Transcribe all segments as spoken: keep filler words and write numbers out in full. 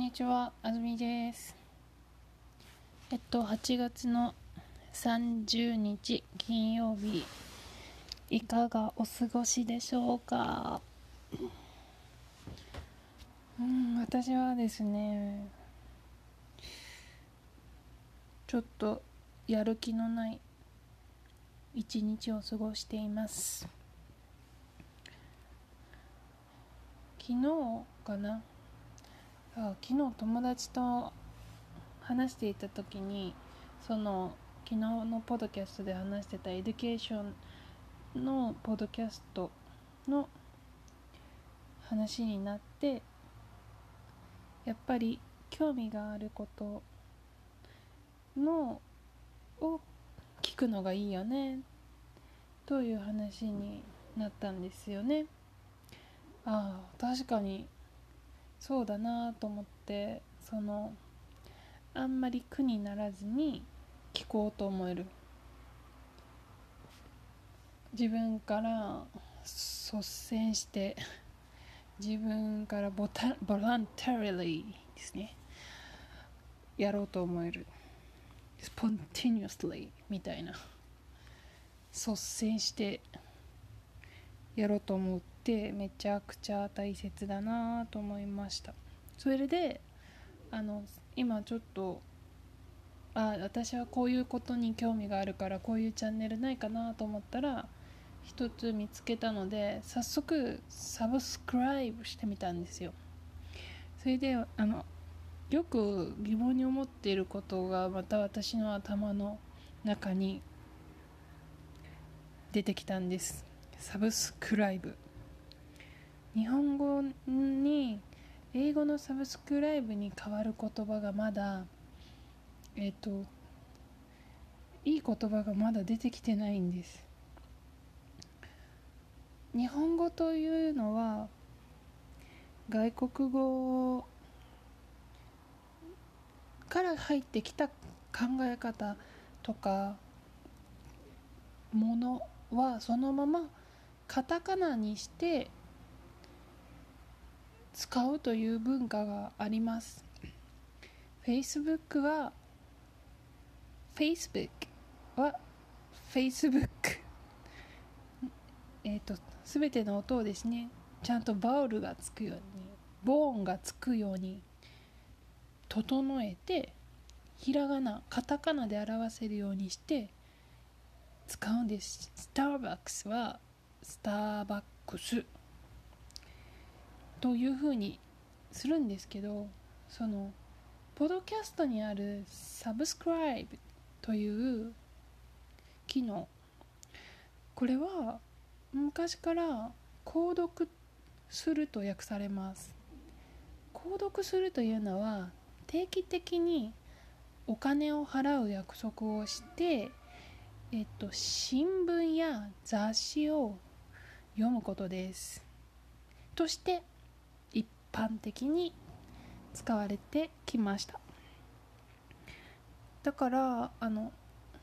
にちは、あずみです。えっと、はちがつのさんじゅうにち金曜日、いかがお過ごしでしょうか。うん、私はですね、ちょっとやる気のない一日を過ごしています。昨日かなあ昨日友達と話していた時に、その昨日のポッドキャストで話してたエデュケーションのポッドキャストの話になって、やっぱり興味があることのを聞くのがいいよねという話になったんですよね。ああ、確かにそうだなと思って、そのあんまり苦にならずに聞こうと思える、自分から率先して自分からボタボランタリーですね、やろうと思える、spontaneously みたいな、率先してやろうと思ってめちゃくちゃ大切だなと思いました。それであの今ちょっとあ私はこういうことに興味があるからこういうチャンネルないかなと思ったら一つ見つけたので、早速サブスクライブしてみたんですよ。それであのよく疑問に思っていることがまた私の頭の中に出てきたんです。サブスクライブ、日本語に英語のサブスクライブに変わる言葉がまだえっ、といい言葉がまだ出てきてないんです。日本語というのは外国語から入ってきた考え方とかものはそのままカタカナにして使うという文化があります。 Facebook は Facebook は Facebook、えっ、と全ての音をですね、ちゃんとバウルがつくように、ボーンがつくように整えて、ひらがなカタカナで表せるようにして使うんです。スターバックスはスターバックスという風にするんですけど、そのポッドキャストにあるサブスクライブという機能、これは昔から購読すると訳されます。購読するというのは定期的にお金を払う約束をして、えっと、新聞や雑誌を読むことですとして一般的に使われてきました。だからあの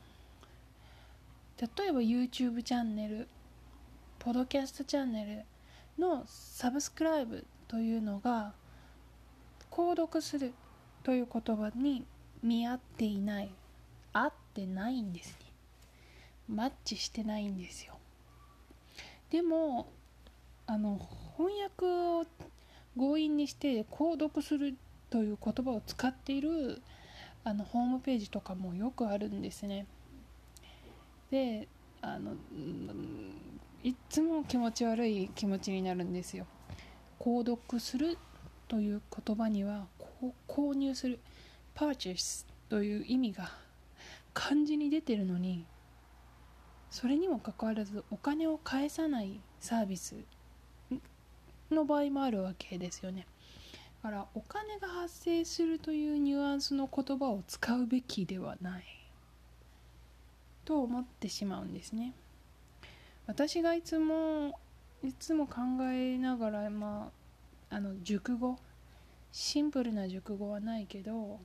例えば YouTube チャンネル、ポッドキャストチャンネルのサブスクライブというのが購読するという言葉に見合っていない、合ってないんですね。マッチしてないんですよ。でもあの翻訳を強引にして購読するという言葉を使っているあのホームページとかもよくあるんですね。であのいつも気持ち悪い気持ちになるんですよ。購読するという言葉には購入する purchase という意味が漢字に出てるのに、それにもかかわらずお金を返さないサービスの場合もあるわけですよね。だからお金が発生するというニュアンスの言葉を使うべきではないと思ってしまうんですね。私がいつもいつも考えながら、まあ、あの熟語、シンプルな熟語はないけど、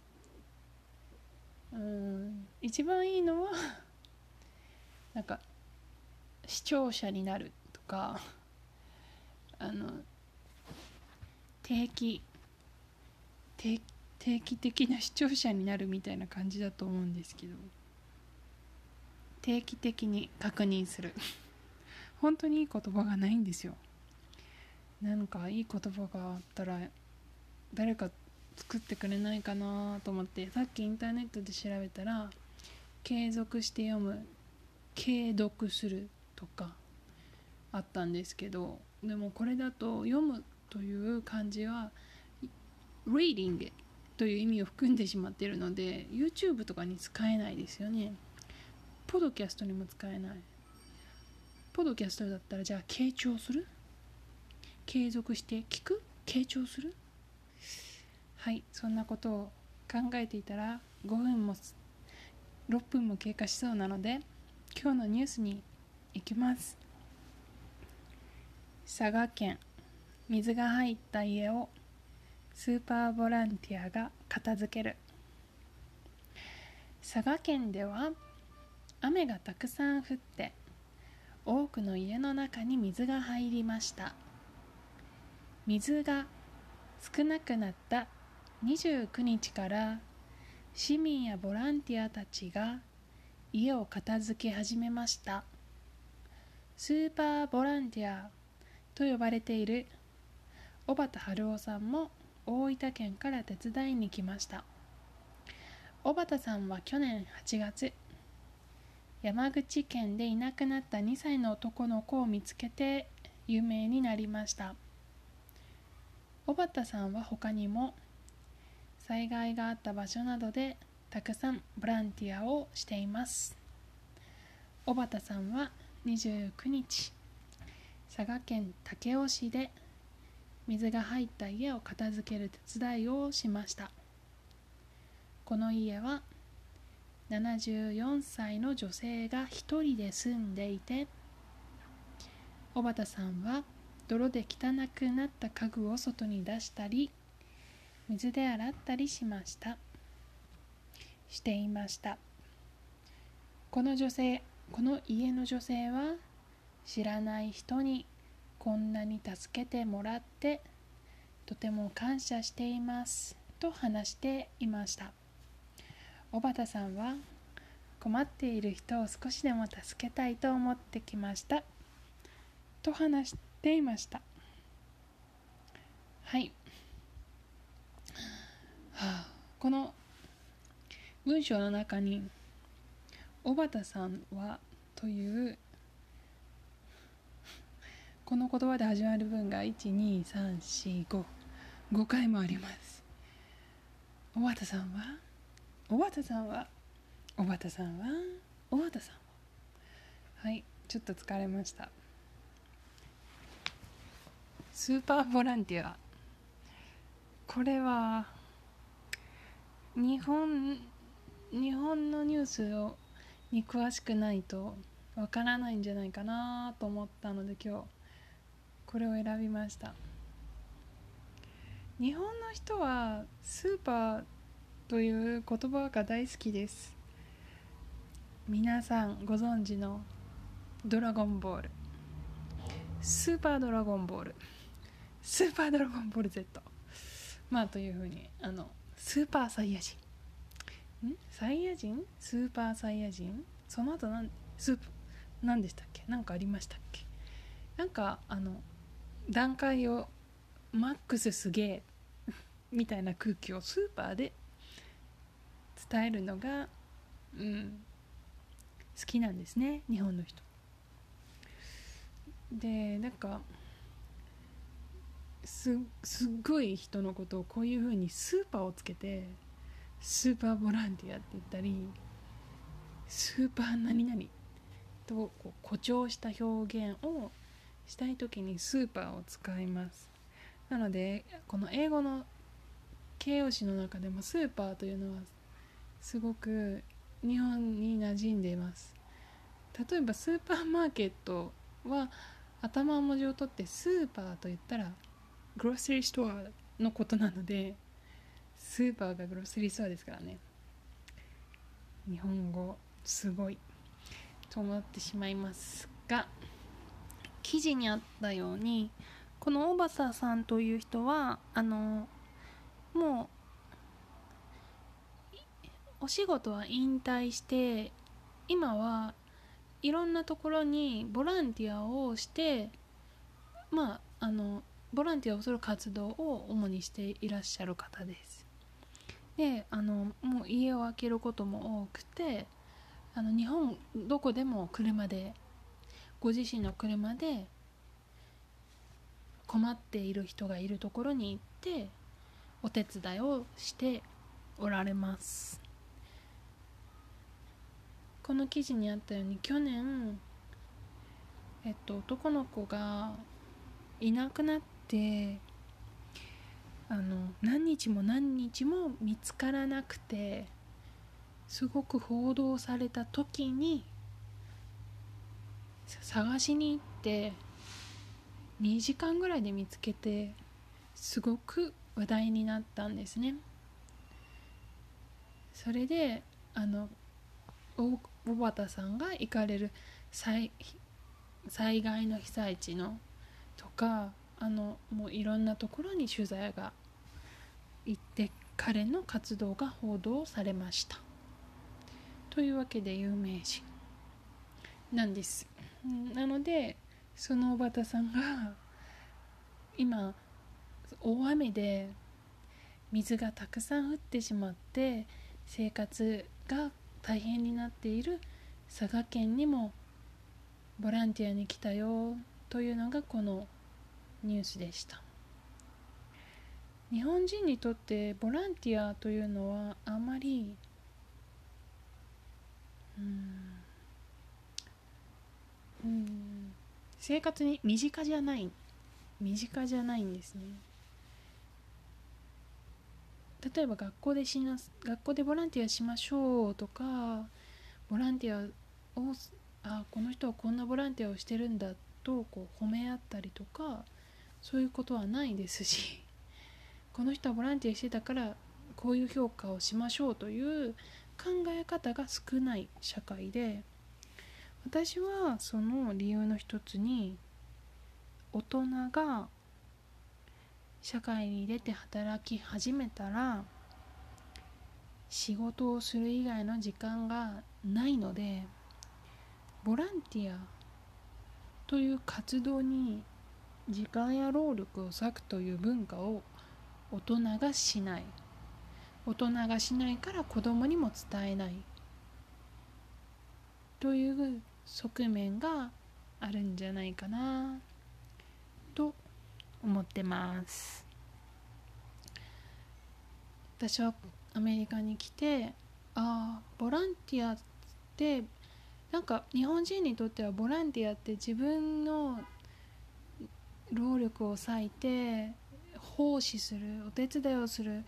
うーん一番いいのはなんか視聴者になるとか、あの定期定定期的な視聴者になるみたいな感じだと思うんですけど、定期的に確認する本当にいい言葉がないんですよ。なんかいい言葉があったら誰か作ってくれないかなと思って、さっきインターネットで調べたら、継続して読む、継読するとかあったんですけど、でもこれだと読むという漢字は reading という意味を含んでしまっているので YouTube とかに使えないですよね。ポッドキャストにも使えない。ポッドキャストだったらじゃあ傾聴する、継続して聞く、傾聴する。はい、そんなことを考えていたらごふんもろっぷんも経過しそうなので、今日のニュースに行きます。佐賀県、水が入った家をスーパーボランティアが片付ける。佐賀県では雨がたくさん降って多くの家の中に水が入りました。水が少なくなったにじゅうくにちから市民やボランティアたちが家を片付け始めました。スーパーボランティアと呼ばれている小畑春夫さんも大分県から手伝いに来ました。小畑さんは去年はちがつ、山口県でいなくなったにさいの男の子を見つけて有名になりました。小畑さんは他にも災害があった場所などでたくさんボランティアをしています。小畑さんはにじゅうくにち、佐賀県武雄市で水が入った家を片付ける手伝いをしました。この家はななじゅうよんさいの女性が一人で住んでいて、小畑さんは泥で汚くなった家具を外に出したり、水で洗ったりしました。していました。この女性、この家の女性は知らない人にこんなに助けてもらってとても感謝していますと話していました。小畑さんは困っている人を少しでも助けたいと思ってきましたと話していました。はい、はあ、この文章の中に小畑さんはというこの言葉で始まる文がいち、に、さん、し、ご ごかいもあります。小畑さんは小畑さんは小畑さんは小畑さんははい、ちょっと疲れました。スーパーボランティア、これは日本日本のニュースをに詳しくないとわからないんじゃないかなと思ったので、今日これを選びました。日本の人はスーパーという言葉が大好きです。皆さんご存知のドラゴンボール、スーパードラゴンボール、スーパードラゴンボール Z、 まあというふうに、あのスーパーサイヤ人んサイヤ人スーパーサイヤ人、その後なんスープ何でしたっけ、なんかありましたっけ、なんかあの段階をマックスすげえみたいな空気をスーパーで伝えるのが、うん、好きなんですね、日本の人で。なんかす, すっごい人のことをこういう風にスーパーをつけてスーパーボランティアって言ったり、スーパー何々とこう誇張した表現をしたいときにスーパーを使います。なのでこの英語の形容詞の中でもスーパーというのはすごく日本に馴染んでいます。例えばスーパーマーケットは頭文字を取ってスーパーと言ったらグロッサリーストアのことなので、スーパーがグロッサリーストアですからね。日本語すごいと思ってしまいますが、記事にあったようにこの小畑さんという人はあのもお仕事は引退して今はいろんなところにボランティアをしてまああのボランティアをする活動を主にしていらっしゃる方です。であのもう家を空けることも多くてあの日本どこでも車でご自身の車で困っている人がいるところに行ってお手伝いをしておられます。この記事にあったように去年、えっと、男の子がいなくなってあの何日も何日も見つからなくてすごく報道された時に探しに行ってにじかんぐらいで見つけてすごく話題になったんですね。それであの小畑さんが行かれる 災, 災害の被災地のとかあのもういろんなところに取材が行って彼の活動が報道されましたというわけで有名人なんです。なのでその小畑さんが今大雨で水がたくさん降ってしまって生活が大変になっている佐賀県にもボランティアに来たよというのがこのニュースでした。日本人にとってボランティアというのはあまりうーんうーん生活に身近じゃない身近じゃないんですね。例えば学校でしな学校でボランティアしましょうとかボランティアをあこの人はこんなボランティアをしてるんだとこう褒め合ったりとかそういうことはないですしこの人はボランティアしてたからこういう評価をしましょうという考え方が少ない社会で私はその理由の一つに大人が社会に出て働き始めたら仕事をする以外の時間がないのでボランティアという活動に時間や労力を割くという文化を大人がしない大人がしないから子供にも伝えないという側面があるんじゃないかなと思ってます。私はアメリカに来てああボランティアってなんか日本人にとってはボランティアって自分の労力を割いて奉仕するお手伝いをする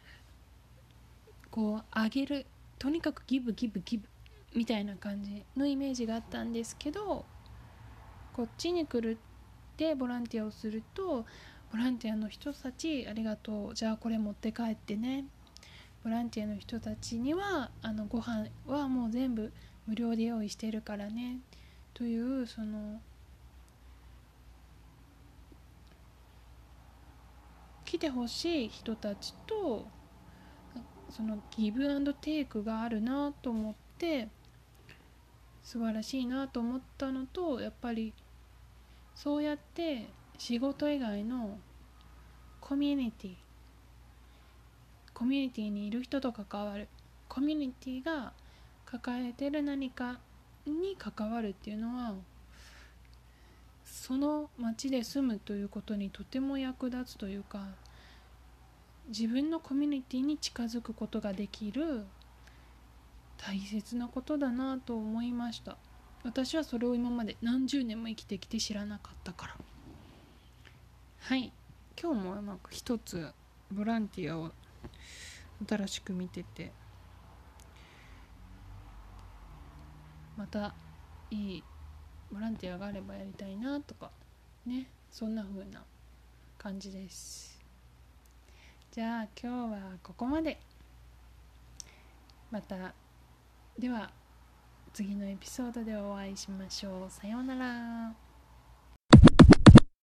こうあげるとにかくギブギブギブみたいな感じのイメージがあったんですけどこっちに来るってボランティアをするとボランティアの人たちありがとうじゃあこれ持って帰ってねボランティアの人たちにはあのご飯はもう全部無料で用意してるからねというその来てほしい人たちとそのギブアンドテイクがあるなと思って素晴らしいなと思ったのとやっぱりそうやって仕事以外のコミュニティコミュニティにいる人と関わるコミュニティが抱えてる何かに関わるっていうのはその町で住むということにとても役立つというか自分のコミュニティに近づくことができる大切なことだなと思いました。私はそれを今まで何十年も生きてきて知らなかったからはい今日もなんか一つボランティアを新しく見ててまたいいボランティアがあればやりたいなとかねそんな風な感じです。じゃあ今日はここまで。またでは次のエピソードでお会いしましょう。さようなら。